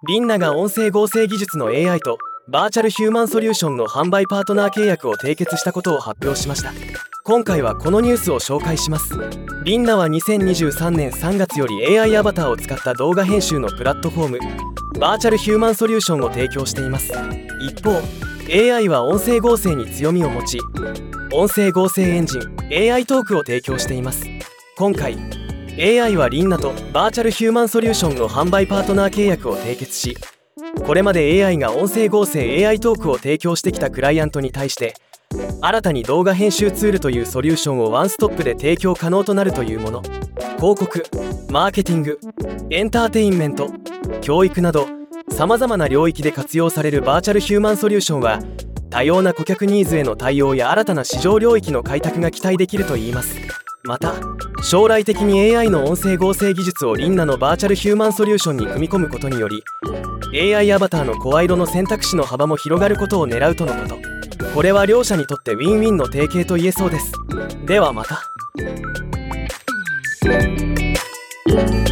リンナが音声合成技術の AI とバーチャルヒューマンソリューションの販売パートナー契約を締結したことを発表しました。今回はこのニュースを紹介します。リンナは2023年3月より AI アバターを使った動画編集のプラットフォームバーチャルヒューマンソリューションを提供しています。一方 AI は音声合成に強みを持ち、音声合成エンジン AI トークを提供しています。今回 AI はリンナとバーチャルヒューマンソリューションの販売パートナー契約を締結し、これまで AI が音声合成 AI トークを提供してきたクライアントに対して新たに動画編集ツールというソリューションをワンストップで提供可能となるというもの。広告、マーケティング、エンターテインメント、教育などさまざまな領域で活用されるバーチャルヒューマンソリューションは多様な顧客ニーズへの対応や新たな市場領域の開拓が期待できるといいます。また将来的に AI の音声合成技術をリンナのバーチャルヒューマンソリューションに組み込むことにより AI アバターの声色の選択肢の幅も広がることを狙うとのこと。これは両者にとってウィンウィンの提携と言えそうです。ではまた。